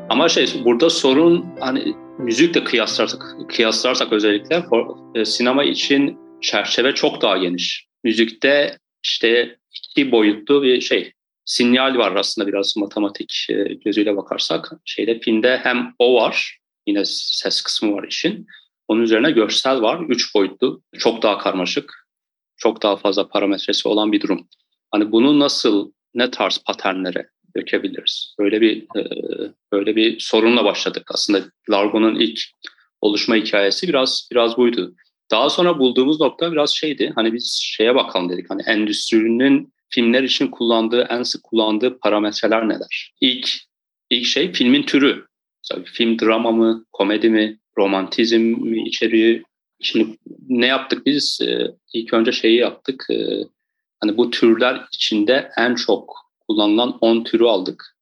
Ama burada sorun hani müzikle kıyaslarsak özellikle sinema için çerçeve çok daha geniş. Müzikte işte 2 boyutlu bir sinyal var aslında, biraz matematik gözüyle bakarsak. Filmde hem o var, yine ses kısmı var işin. Onun üzerine görsel var, 3 boyutlu, çok daha karmaşık, çok daha fazla parametresi olan bir durum. Hani bunu ne tarz paternlere dökebiliriz? Böyle bir sorunla başladık. Aslında Largo'nun ilk oluşma hikayesi biraz buydu. Daha sonra bulduğumuz nokta biraz hani biz bakalım dedik. Hani endüstrinin filmler için en sık kullandığı parametreler neler? İlk filmin türü. Mesela film drama mı, komedi mi, romantizm mi içeriği? Şimdi ne yaptık biz? İlk önce yaptık. Hani bu türler içinde en çok kullanılan 10 türü aldık.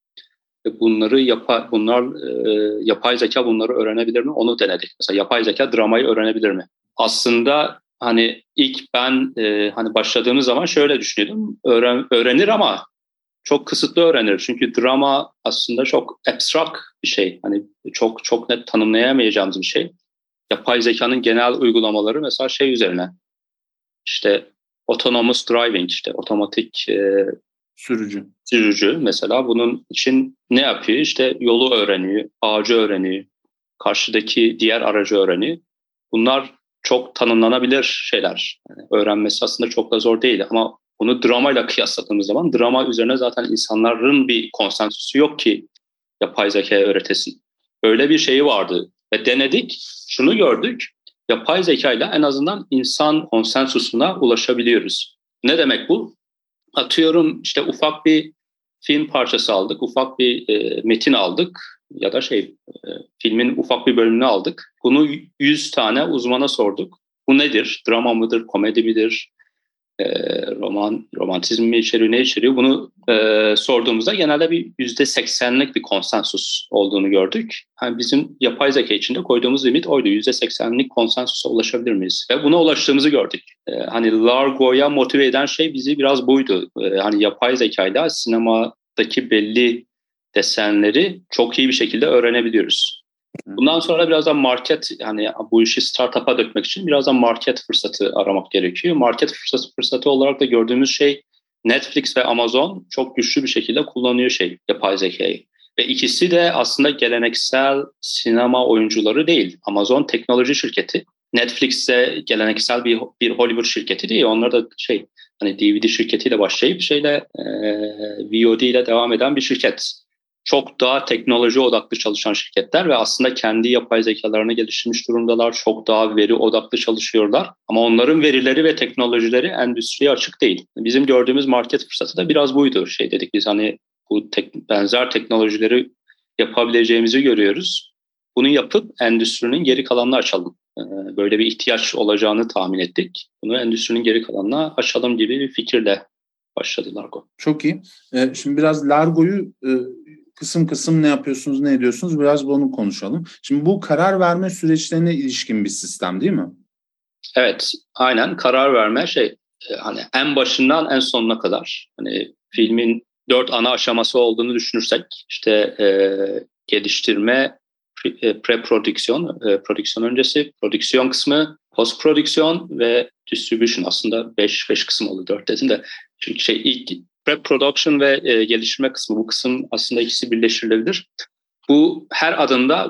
Yapay zeka bunları öğrenebilir mi? Onu denedik. Mesela yapay zeka dramayı öğrenebilir mi? Aslında hani ilk ben hani başladığımız zaman şöyle düşünüyordum. Öğrenir ama çok kısıtlı öğrenir. Çünkü drama aslında çok abstract bir şey. Hani çok net tanımlayamayacağımız bir şey. Yapay zekanın genel uygulamaları mesela üzerine. İşte autonomous driving, otomatik sürücü mesela bunun için ne yapıyor? İşte yolu öğreniyor, ağacı öğreniyor, karşıdaki diğer aracı öğreniyor. Bunlar çok tanımlanabilir şeyler. Yani öğrenmesi aslında çok da zor değil ama bunu dramayla kıyasladığımız zaman drama üzerine zaten insanların bir konsensüsü yok ki yapay zekaya öğretesin. Böyle bir şeyi vardı ve denedik, şunu gördük. Yapay zekayla en azından insan konsensusuna ulaşabiliyoruz. Ne demek bu? Atıyorum ufak bir film parçası aldık, ufak bir metin aldık ya da filmin ufak bir bölümünü aldık. Bunu 100 tane uzmana sorduk. Bu nedir? Drama mıdır, komedi midir, romantizm mi içeriyor, ne içeriyor? Bunu sorduğumuzda genelde bir %80'lik bir konsensus olduğunu gördük. Yani bizim yapay zeka içinde koyduğumuz limit oydu. %80'lik konsensusa ulaşabilir miyiz? Ve buna ulaştığımızı gördük. Hani Largo'ya motive eden bizi biraz buydu. Hani yapay zekayla sinemadaki belli desenleri çok iyi bir şekilde öğrenebiliyoruz. Bundan sonra biraz da hani bu işi startup'a dökmek için biraz da market fırsatı aramak gerekiyor. Market fırsatı olarak da gördüğümüz Netflix ve Amazon çok güçlü bir şekilde kullanıyor yapay zekayı. Ve ikisi de aslında geleneksel sinema oyuncuları değil. Amazon teknoloji şirketi. Netflix de geleneksel bir Hollywood şirketi değil. Onlar da hani DVD şirketiyle başlayıp VOD ile devam eden bir şirket. Çok daha teknoloji odaklı çalışan şirketler ve aslında kendi yapay zekalarını geliştirmiş durumdalar. Çok daha veri odaklı çalışıyorlar. Ama onların verileri ve teknolojileri endüstriye açık değil. Bizim gördüğümüz market fırsatı da biraz buydu. Dedik biz hani bu benzer teknolojileri yapabileceğimizi görüyoruz. Bunu yapıp endüstrinin geri kalanını açalım. Böyle bir ihtiyaç olacağını tahmin ettik. Bunu endüstrinin geri kalanına açalım gibi bir fikirle başladı Largo. Çok iyi. Şimdi biraz Largo'yu kısım kısım ne yapıyorsunuz, ne ediyorsunuz biraz bunu konuşalım. Şimdi bu karar verme süreçlerine ilişkin bir sistem değil mi? Evet, aynen karar verme hani en başından en sonuna kadar. Hani filmin 4 ana aşaması olduğunu düşünürsek geliştirme, pre-prodüksiyon, prodüksiyon öncesi, prodüksiyon kısmı, post-prodüksiyon ve distribution. Aslında 5 kısım oldu, 4 dedim de. Çünkü ilk pre-production ve geliştirme kısmı, bu kısım aslında ikisi birleştirilebilir. Bu her adımda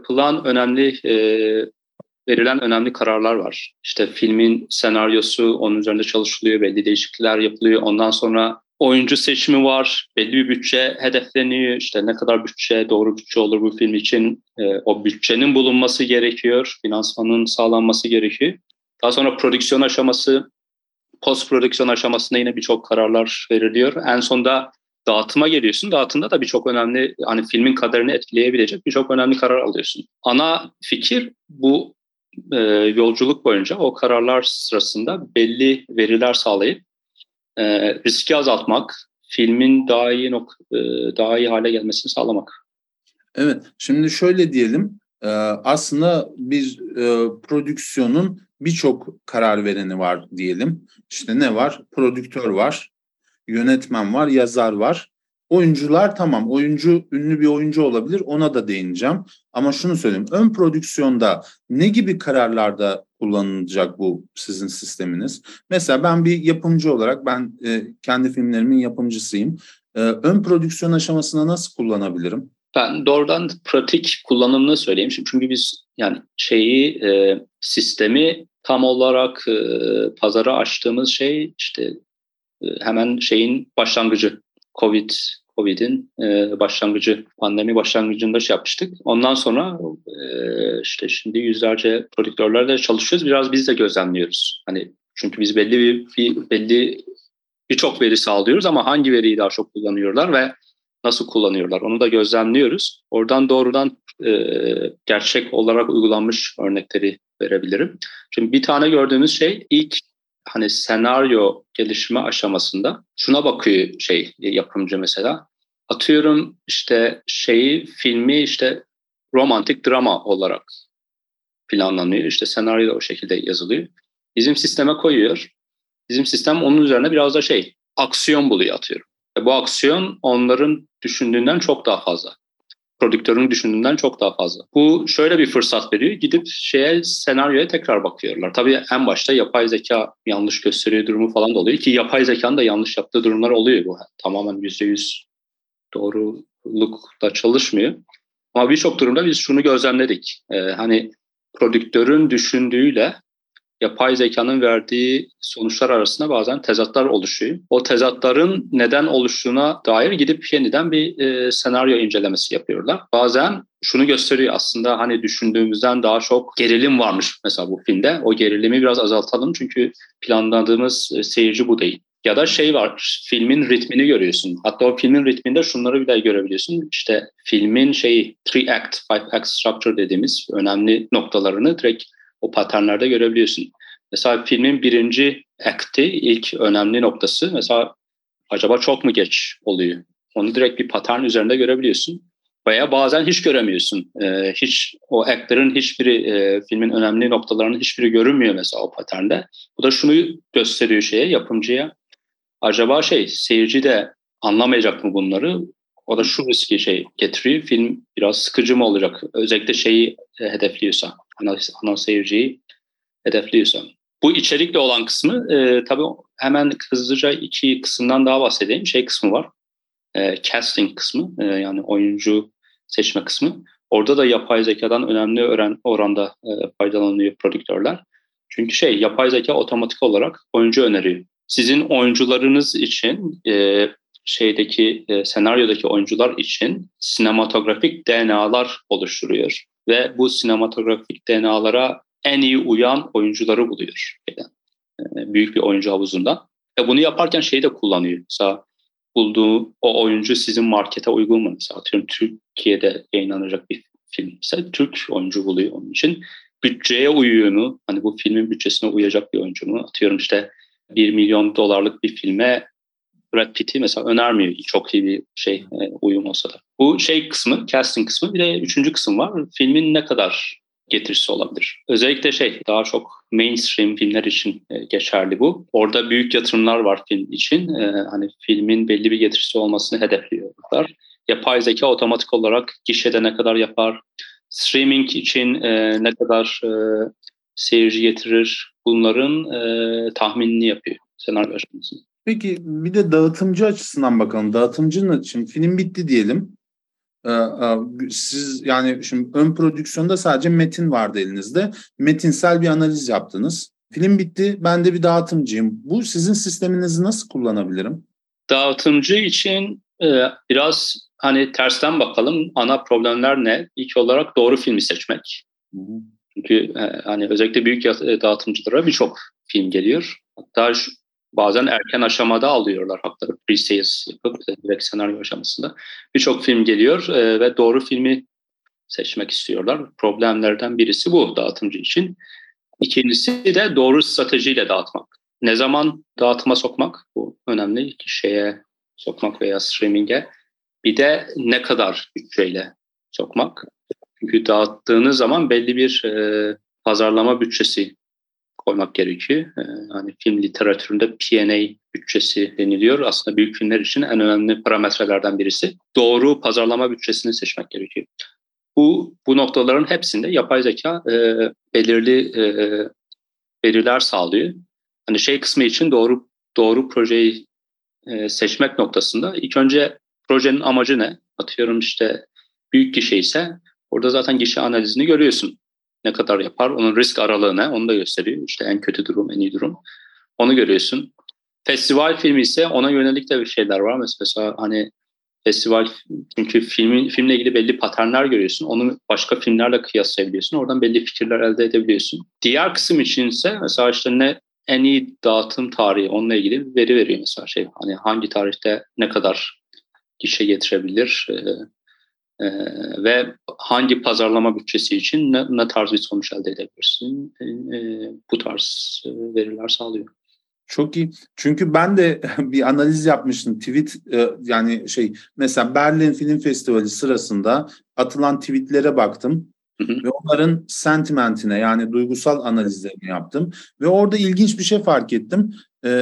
verilen önemli kararlar var. Filmin senaryosu, onun üzerinde çalışılıyor, belli değişiklikler yapılıyor. Ondan sonra oyuncu seçimi var, belli bir bütçe hedefleniyor. Ne kadar doğru bütçe olur bu film için, o bütçenin bulunması gerekiyor, finansmanın sağlanması gerekiyor. Daha sonra prodüksiyon aşaması, post prodüksiyon aşamasında yine birçok kararlar veriliyor. En sonunda dağıtıma geliyorsun. Dağıtımda da birçok önemli, hani filmin kaderini etkileyebilecek birçok önemli karar alıyorsun. Ana fikir bu yolculuk boyunca o kararlar sırasında belli veriler sağlayıp riski azaltmak, filmin daha iyi hale gelmesini sağlamak. Evet, şimdi şöyle diyelim, aslında bir prodüksiyonun birçok karar vereni var diyelim. Ne var? Prodüktör var, yönetmen var, yazar var, oyuncular tamam, oyuncu ünlü bir oyuncu olabilir, ona da değineceğim. Ama şunu söyleyeyim, ön prodüksiyonda ne gibi kararlarda kullanılacak bu sizin sisteminiz? Mesela ben bir yapımcı olarak ben kendi filmlerimin yapımcısıyım. Ön prodüksiyon aşamasına nasıl kullanabilirim? Ben doğrudan pratik kullanımını söyleyeyim. Çünkü biz yani sistemi tam olarak pazara açtığımız şey işte hemen şeyin başlangıcı. Covid'in başlangıcı, pandemi başlangıcında şey yapmıştık. Ondan sonra işte şimdi yüzlerce prodüktörlerle çalışıyoruz. Biraz biz de gözlemliyoruz. Hani çünkü biz birçok veri sağlıyoruz ama hangi veriyi daha çok kullanıyorlar ve nasıl kullanıyorlar onu da gözlemliyoruz. Oradan doğrudan gerçek olarak uygulanmış örnekleri verebilirim. Şimdi bir tane gördüğümüz şey ilk hani senaryo gelişme aşamasında şuna bakıyor yapımcı mesela. Atıyorum işte filmi işte romantik drama olarak planlanıyor. İşte senaryo da o şekilde yazılıyor. Bizim sisteme koyuyor. Bizim sistem onun üzerine biraz da aksiyon buluyor atıyorum. Ve bu aksiyon onların düşündüğünden çok daha fazla. Prodüktörün düşündüğünden çok daha fazla. Bu şöyle bir fırsat veriyor. Gidip senaryoya tekrar bakıyorlar. Tabii en başta yapay zeka yanlış gösteriyor durumu falan da oluyor ki yapay zekanın da yanlış yaptığı durumlar oluyor bu. Tamamen %100 doğrulukla çalışmıyor. Ama birçok durumda biz şunu gözlemledik. Hani prodüktörün düşündüğüyle yapay zekanın verdiği sonuçlar arasında bazen tezatlar oluşuyor. O tezatların neden oluştuğuna dair gidip yeniden bir senaryo incelemesi yapıyorlar. Bazen şunu gösteriyor aslında hani düşündüğümüzden daha çok gerilim varmış mesela bu filmde. O gerilimi biraz azaltalım çünkü planladığımız seyirci bu değil. Ya da var, filmin ritmini görüyorsun. Hatta o filmin ritminde şunları bile görebiliyorsun. İşte filmin 5 act structure dediğimiz önemli noktalarını direkt o paternlerde görebiliyorsun. Mesela filmin birinci act'i, ilk önemli noktası mesela acaba çok mu geç oluyor? Onu direkt bir patern üzerinde görebiliyorsun. Veya bazen hiç göremiyorsun. Hiç o act'lerin hiçbiri, filmin önemli noktalarının hiçbiri görünmüyor mesela o paternde. Bu da şunu gösteriyor yapımcıya. Acaba seyirci de anlamayacak mı bunları? O da şu riski getiriyor. Film biraz sıkıcı mı olacak? Özellikle hedefliyorsa, ana seyirciyi hedefliyorsa. Bu içerikle olan kısmı tabii hemen hızlıca iki kısımdan daha bahsedeyim. Kısmı var. Casting kısmı yani oyuncu seçme kısmı. Orada da yapay zekadan önemli oranda faydalanıyor prodüktörler. Çünkü yapay zeka otomatik olarak oyuncu öneriyor. Sizin oyuncularınız için senaryodaki oyuncular için sinematografik DNA'lar oluşturuyor ve bu sinematografik DNA'lara en iyi uyan oyuncuları buluyor. Büyük bir oyuncu havuzundan. Bunu yaparken de kullanıyor. Mesela bulduğu o oyuncu sizin markete uygun mu? Mesela atıyorum Türkiye'de yayınlanacak bir film ise Türk oyuncu buluyor onun için. Bütçeye uyuyor mu? Hani bu filmin bütçesine uyacak bir oyuncu mu? Atıyorum 1 milyon dolarlık bir filme Brad Pitt'i mesela önermiyor. Çok iyi bir uyum olsa da. Bu kısmı, casting kısmı. Bir de üçüncü kısım var. Filmin ne kadar getirisi olabilir. Özellikle daha çok mainstream filmler için geçerli bu. Orada büyük yatırımlar var film için. Hani filmin belli bir getirisi olmasını hedefliyorlar. Yapay zeka otomatik olarak gişede ne kadar yapar, streaming için ne kadar seyirci getirir, bunların tahminini yapıyor senaryo aşamasında. Peki bir de dağıtımcı açısından bakalım. Dağıtımcının için film bitti diyelim. Siz yani şimdi ön prodüksiyonda sadece metin vardı elinizde. Metinsel bir analiz yaptınız. Film bitti. Ben de bir dağıtımcıyım. Bu sizin sisteminizi nasıl kullanabilirim? Dağıtımcı için biraz hani tersten bakalım. Ana problemler ne? İlk olarak doğru filmi seçmek. Çünkü hani özellikle büyük dağıtımcılara birçok film geliyor. Hatta bazen erken aşamada alıyorlar hakları, pre-sales yapıp direkt senaryo aşamasında. Birçok film geliyor ve doğru filmi seçmek istiyorlar. Problemlerden birisi bu dağıtımcı için. İkincisi de doğru stratejiyle dağıtmak. Ne zaman dağıtıma sokmak? Bu önemli. Sokmak veya streaming'e. Bir de ne kadar bütçeyle sokmak. Çünkü dağıttığınız zaman belli bir pazarlama bütçesi koymak gerekiyor. Hani film literatüründe P&A bütçesi deniliyor. Aslında büyük filmler için en önemli parametrelerden birisi. Doğru pazarlama bütçesini seçmek gerekiyor. Bu noktaların hepsinde yapay zeka belirli veriler sağlıyor. Hani şey kısmı için doğru projeyi seçmek noktasında ilk önce projenin amacı ne? Atıyorum işte büyük gişe ise orada zaten gişe analizini görüyorsun. Ne kadar yapar, onun risk aralığı ne onu da gösteriyor. İşte en kötü durum, en iyi durum. Onu görüyorsun. Festival filmi ise ona yönelik de bir şeyler var. Mesela hani festival, çünkü filmle ilgili belli paternler görüyorsun. Onu başka filmlerle kıyaslayabiliyorsun. Oradan belli fikirler elde edebiliyorsun. Diğer kısım içinse mesela işte en iyi dağıtım tarihi, onunla ilgili bir veri veriyor mesela hani hangi tarihte ne kadar gişe getirebilir ve hangi pazarlama bütçesi için ne tarz bir sonuç elde edebilirsin. Bu tarz veriler sağlıyor. Çok iyi. Çünkü ben de bir analiz yapmıştım. Yani mesela Berlin Film Festivali sırasında atılan tweetlere baktım. Ve onların sentimentine, yani duygusal analizlerini yaptım. Ve orada ilginç bir şey fark ettim.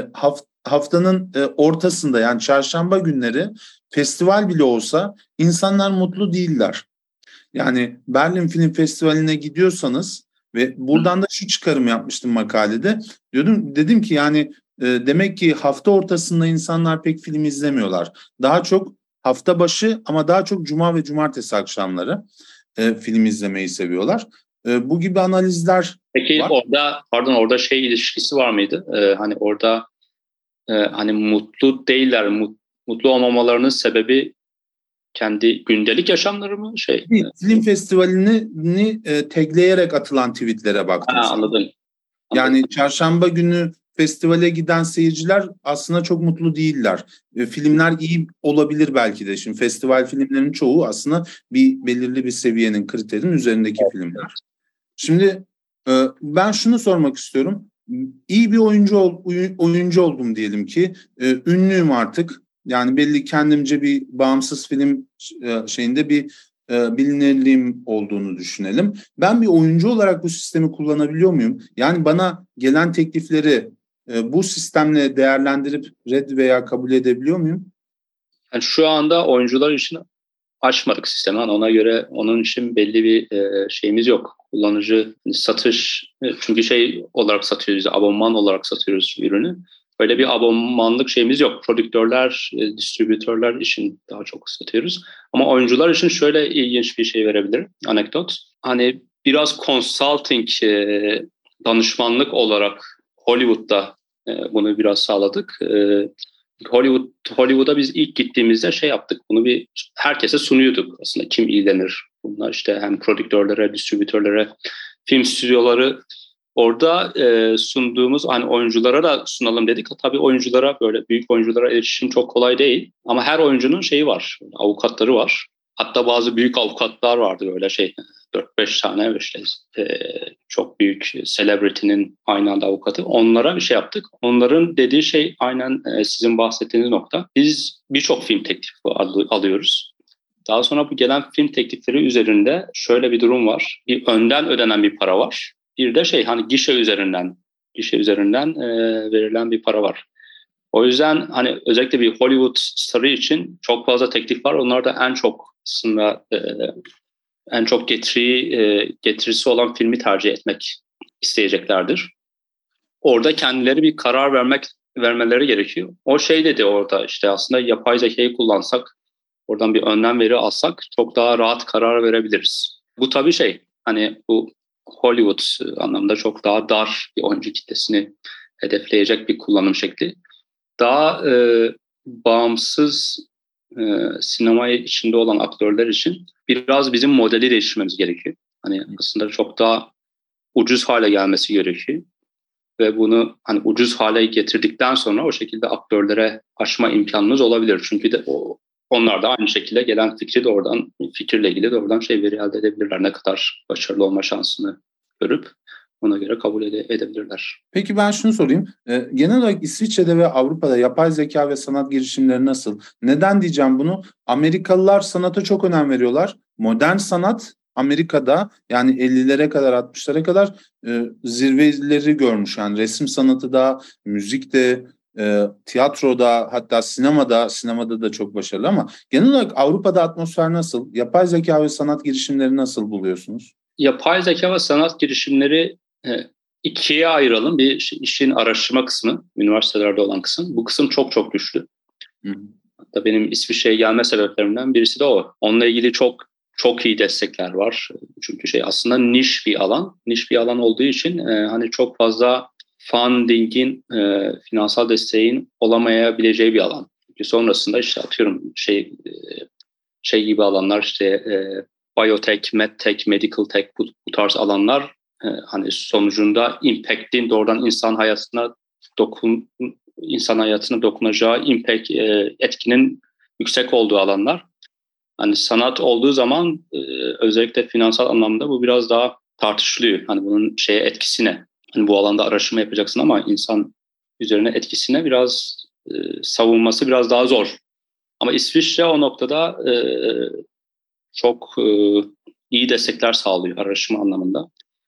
Haftanın ortasında, yani çarşamba günleri festival bile olsa insanlar mutlu değiller. Yani Berlin Film Festivali'ne gidiyorsanız ve buradan da şu çıkarım yapmıştım makalede. Dedim ki yani demek ki hafta ortasında insanlar pek film izlemiyorlar. Daha çok hafta başı, ama daha çok cuma ve cumartesi akşamları film izlemeyi seviyorlar. Bu gibi analizler Peki var. orada şey ilişkisi var mıydı? Hani orada hani mutlu değiller, mutlu olmamalarının sebebi kendi gündelik yaşamları mı? Film festivalini tagleyerek atılan tweetlere baktım. Anladım. Yani çarşamba günü festivale giden seyirciler aslında çok mutlu değiller. Filmler iyi olabilir belki de. Şimdi festival filmlerinin çoğu aslında belirli bir seviyenin, kriterin üzerindeki filmler. Şimdi ben şunu sormak istiyorum. İyi bir oyuncu oldum diyelim ki. Ünlüyüm artık. Yani belli kendimce bir bağımsız film şeyinde bir bilinirliğim olduğunu düşünelim. Ben bir oyuncu olarak bu sistemi kullanabiliyor muyum? Yani bana gelen teklifleri bu sistemle değerlendirip red veya kabul edebiliyor muyum? Yani şu anda oyuncular için açmadık sistemi. Yani ona göre onun için belli bir şeyimiz yok. Kullanıcı satış, çünkü olarak satıyoruz, abonman olarak satıyoruz ürünü. Böyle bir abonmanlık şeyimiz yok. Prodüktörler, distribütörler için daha çok satıyoruz. Ama oyuncular için şöyle ilginç bir şey verebilirim. Anekdot. Hani biraz consulting, danışmanlık olarak Hollywood'da bunu biraz sağladık. Hollywood'a biz ilk gittiğimizde yaptık. Bunu herkese sunuyorduk aslında, kim ilgilenir. Bunlar işte hem prodüktörlere, distribütörlere, film stüdyoları. Orada sunduğumuz, hani oyunculara da sunalım dedik. Tabii oyunculara, böyle büyük oyunculara erişim çok kolay değil. Ama her oyuncunun şeyi var, avukatları var. Hatta bazı büyük avukatlar vardı, böyle 4-5 tane işte, çok büyük celebrity'nin aynı anda avukatı. Onlara bir şey yaptık. Onların dediği şey aynen sizin bahsettiğiniz nokta. Biz birçok film teklifi alıyoruz. Daha sonra bu gelen film teklifleri üzerinde şöyle bir durum var. Bir önden ödenen bir para var. Bir de hani gişe üzerinden verilen bir para var. O yüzden hani özellikle bir Hollywood starı için çok fazla teklif var. Onlar da en çok aslında en çok getirisi olan filmi tercih etmek isteyeceklerdir. Orada kendileri bir karar vermeleri gerekiyor. O dedi orada, işte aslında yapay zekayı kullansak, oradan bir önden veri alsak çok daha rahat karar verebiliriz. Bu tabii hani bu Hollywood anlamda çok daha dar bir oyuncu kitlesini hedefleyecek bir kullanım şekli. Daha bağımsız sinema içinde olan aktörler için biraz bizim modeli değiştirmemiz gerekiyor. Hani aslında çok daha ucuz hale gelmesi gerekiyor. Ve bunu hani ucuz hale getirdikten sonra o şekilde aktörlere açma imkanımız olabilir. Çünkü onlar da aynı şekilde gelen fikirle ilgili doğrudan veri elde edebilirler. Ne kadar başarılı olma şansını görüp ona göre kabul edebilirler. Peki ben şunu sorayım. Genel olarak İsviçre'de ve Avrupa'da yapay zeka ve sanat girişimleri nasıl? Neden diyeceğim bunu? Amerikalılar sanata çok önem veriyorlar. Modern sanat Amerika'da yani 50'lere kadar 60'lara kadar zirveleri görmüş. Yani resim sanatı da, müzik de, tiyatroda, hatta sinemada da çok başarılı, ama genel olarak Avrupa'da atmosfer nasıl? Yapay zeka ve sanat girişimleri nasıl buluyorsunuz? Yapay zeka ve sanat girişimleri ikiye ayıralım. Bir işin araştırma kısmı, üniversitelerde olan kısım. Bu kısım çok çok güçlü. Hı. Hatta benim İsviçre'ye gelme sebeplerimden birisi de o. Onunla ilgili çok çok iyi destekler var. Çünkü aslında niş bir alan. Niş bir alan olduğu için hani çok fazla funding'in, finansal desteğin olamayabileceği bir alan. Çünkü sonrasında işte atıyorum gibi alanlar, biotech, medtech, medical tech, bu tarz alanlar hani sonucunda impact'in doğrudan insan hayatına dokunacağı impact, etkinin yüksek olduğu alanlar. Hani sanat olduğu zaman özellikle finansal anlamda bu biraz daha tartışılıyor. Hani bunun etkisine, hani bu alanda araştırma yapacaksın ama insan üzerine etkisine biraz savunması biraz daha zor. Ama İsviçre o noktada çok iyi destekler sağlıyor araştırma anlamında.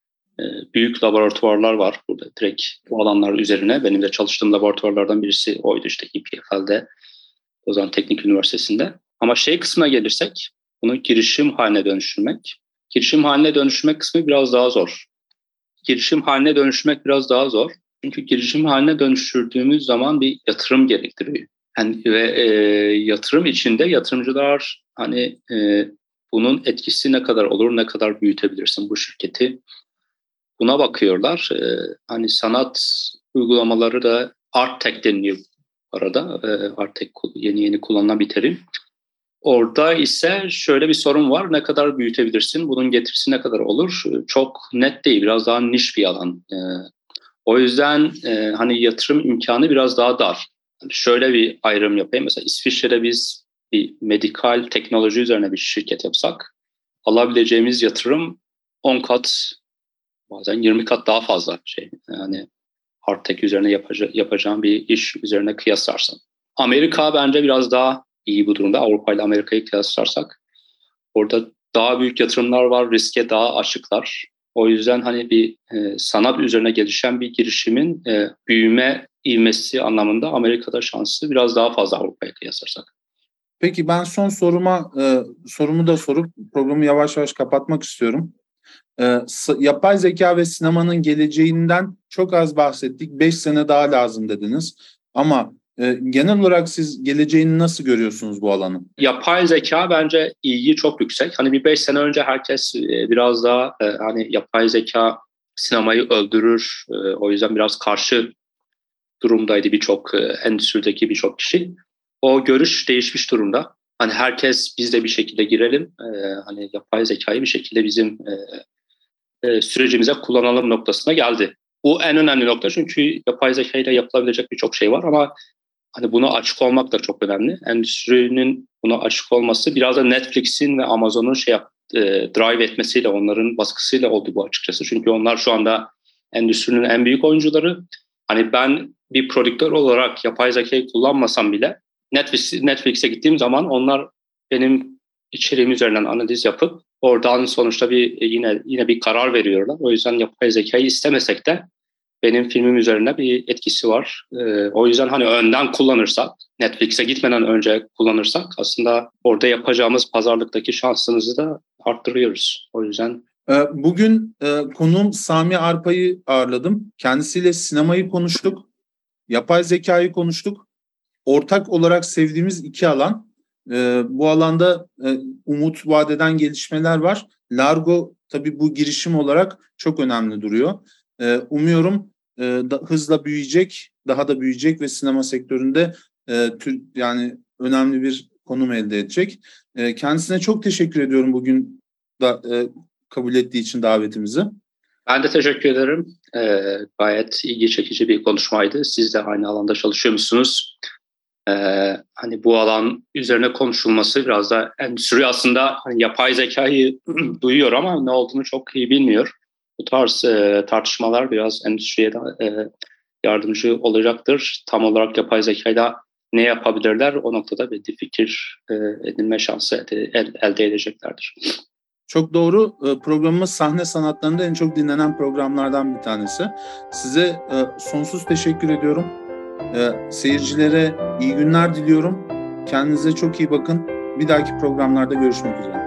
Büyük laboratuvarlar var burada direkt bu alanlar üzerine. Benim de çalıştığım laboratuvarlardan birisi oydu, işte EPFL'de, Lozan Teknik Üniversitesi'nde. Ama kısmına gelirsek, bunu girişim haline dönüştürmek. Girişim haline dönüştürmek kısmı biraz daha zor. Girişim haline dönüştürmek biraz daha zor. Çünkü girişim haline dönüştürdüğümüz zaman bir yatırım gerektiriyor. Ve yatırım içinde yatırımcılar hani bunun etkisi ne kadar olur, ne kadar büyütebilirsin bu şirketi, buna bakıyorlar. Hani sanat uygulamaları da art tech deniliyor arada. Art tech yeni kullanılan bir terim. Orada ise şöyle bir sorun var. Ne kadar büyütebilirsin? Bunun getirisi ne kadar olur? Çok net değil. Biraz daha niş bir alan. O yüzden hani yatırım imkanı biraz daha dar. Yani şöyle bir ayrım yapayım. Mesela İsviçre'de biz bir medikal teknoloji üzerine bir şirket yapsak, alabileceğimiz yatırım 10 kat, bazen 20 kat daha fazla yani hard tech üzerine yapacağım bir iş üzerine kıyaslarsan. Amerika bence biraz daha iyi bu durumda. Avrupa ile Amerika'yı kıyaslarsak. Orada daha büyük yatırımlar var, riske daha açıklar. O yüzden hani bir sanat üzerine gelişen bir girişimin büyüme ivmesi anlamında Amerika'da şansı biraz daha fazla Avrupa'ya kıyaslarsak. Peki ben son sorumu da sorup programı yavaş yavaş kapatmak istiyorum. Yapay zeka ve sinemanın geleceğinden çok az bahsettik. 5 sene daha lazım dediniz. Ama genel olarak siz geleceğini nasıl görüyorsunuz bu alanın? Yapay zeka bence ilgi çok yüksek. Hani bir 5 sene önce herkes biraz daha hani yapay zeka sinemayı öldürür. O yüzden biraz karşı durumdaydı birçok endüstrideki birçok kişi. O görüş değişmiş durumda. Hani herkes biz de bir şekilde girelim. Hani yapay zekayı bir şekilde bizim sürecimize kullanalım noktasına geldi. Bu en önemli nokta, çünkü yapay zeka ile yapılabilecek birçok şey var ama hani buna açık olmak da çok önemli. Endüstrinin buna açık olması biraz da Netflix'in ve Amazon'un drive etmesiyle, onların baskısıyla oldu bu açıkçası. Çünkü onlar şu anda endüstrinin en büyük oyuncuları. Hani ben bir prodüktör olarak yapay zekayı kullanmasam bile Netflix'e gittiğim zaman onlar benim içeriğim üzerinden analiz yapıp oradan sonuçta yine bir karar veriyorlar. O yüzden yapay zekayı istemesek de benim filmim üzerine bir etkisi var. O yüzden hani önden kullanırsak, Netflix'e gitmeden önce kullanırsak aslında orada yapacağımız pazarlıktaki şansımızı da arttırıyoruz. O yüzden bugün konuğum Sami Arpa'yı ağırladım. Kendisiyle sinemayı konuştuk, yapay zekayı konuştuk. Ortak olarak sevdiğimiz iki alan. Bu alanda umut vadeden gelişmeler var. Largo tabii bu girişim olarak çok önemli duruyor. Umuyorum hızla büyüyecek, daha da büyüyecek ve sinema sektöründe yani önemli bir konum elde edecek. Kendisine çok teşekkür ediyorum bugün da kabul ettiği için davetimizi. Ben de teşekkür ederim. Gayet ilgi çekici bir konuşmaydı. Siz de aynı alanda çalışıyormuşsunuz. Hani bu alan üzerine konuşulması, biraz da endüstri aslında hani yapay zekayı duyuyor ama ne olduğunu çok iyi bilmiyor. Bu tarz tartışmalar biraz endüstriye de yardımcı olacaktır. Tam olarak yapay zekayla ne yapabilirler, o noktada bir fikir edinme şansı elde edeceklerdir. Çok doğru. Programımız sahne sanatlarında en çok dinlenen programlardan bir tanesi. Size sonsuz teşekkür ediyorum. Seyircilere iyi günler diliyorum. Kendinize çok iyi bakın. Bir dahaki programlarda görüşmek üzere.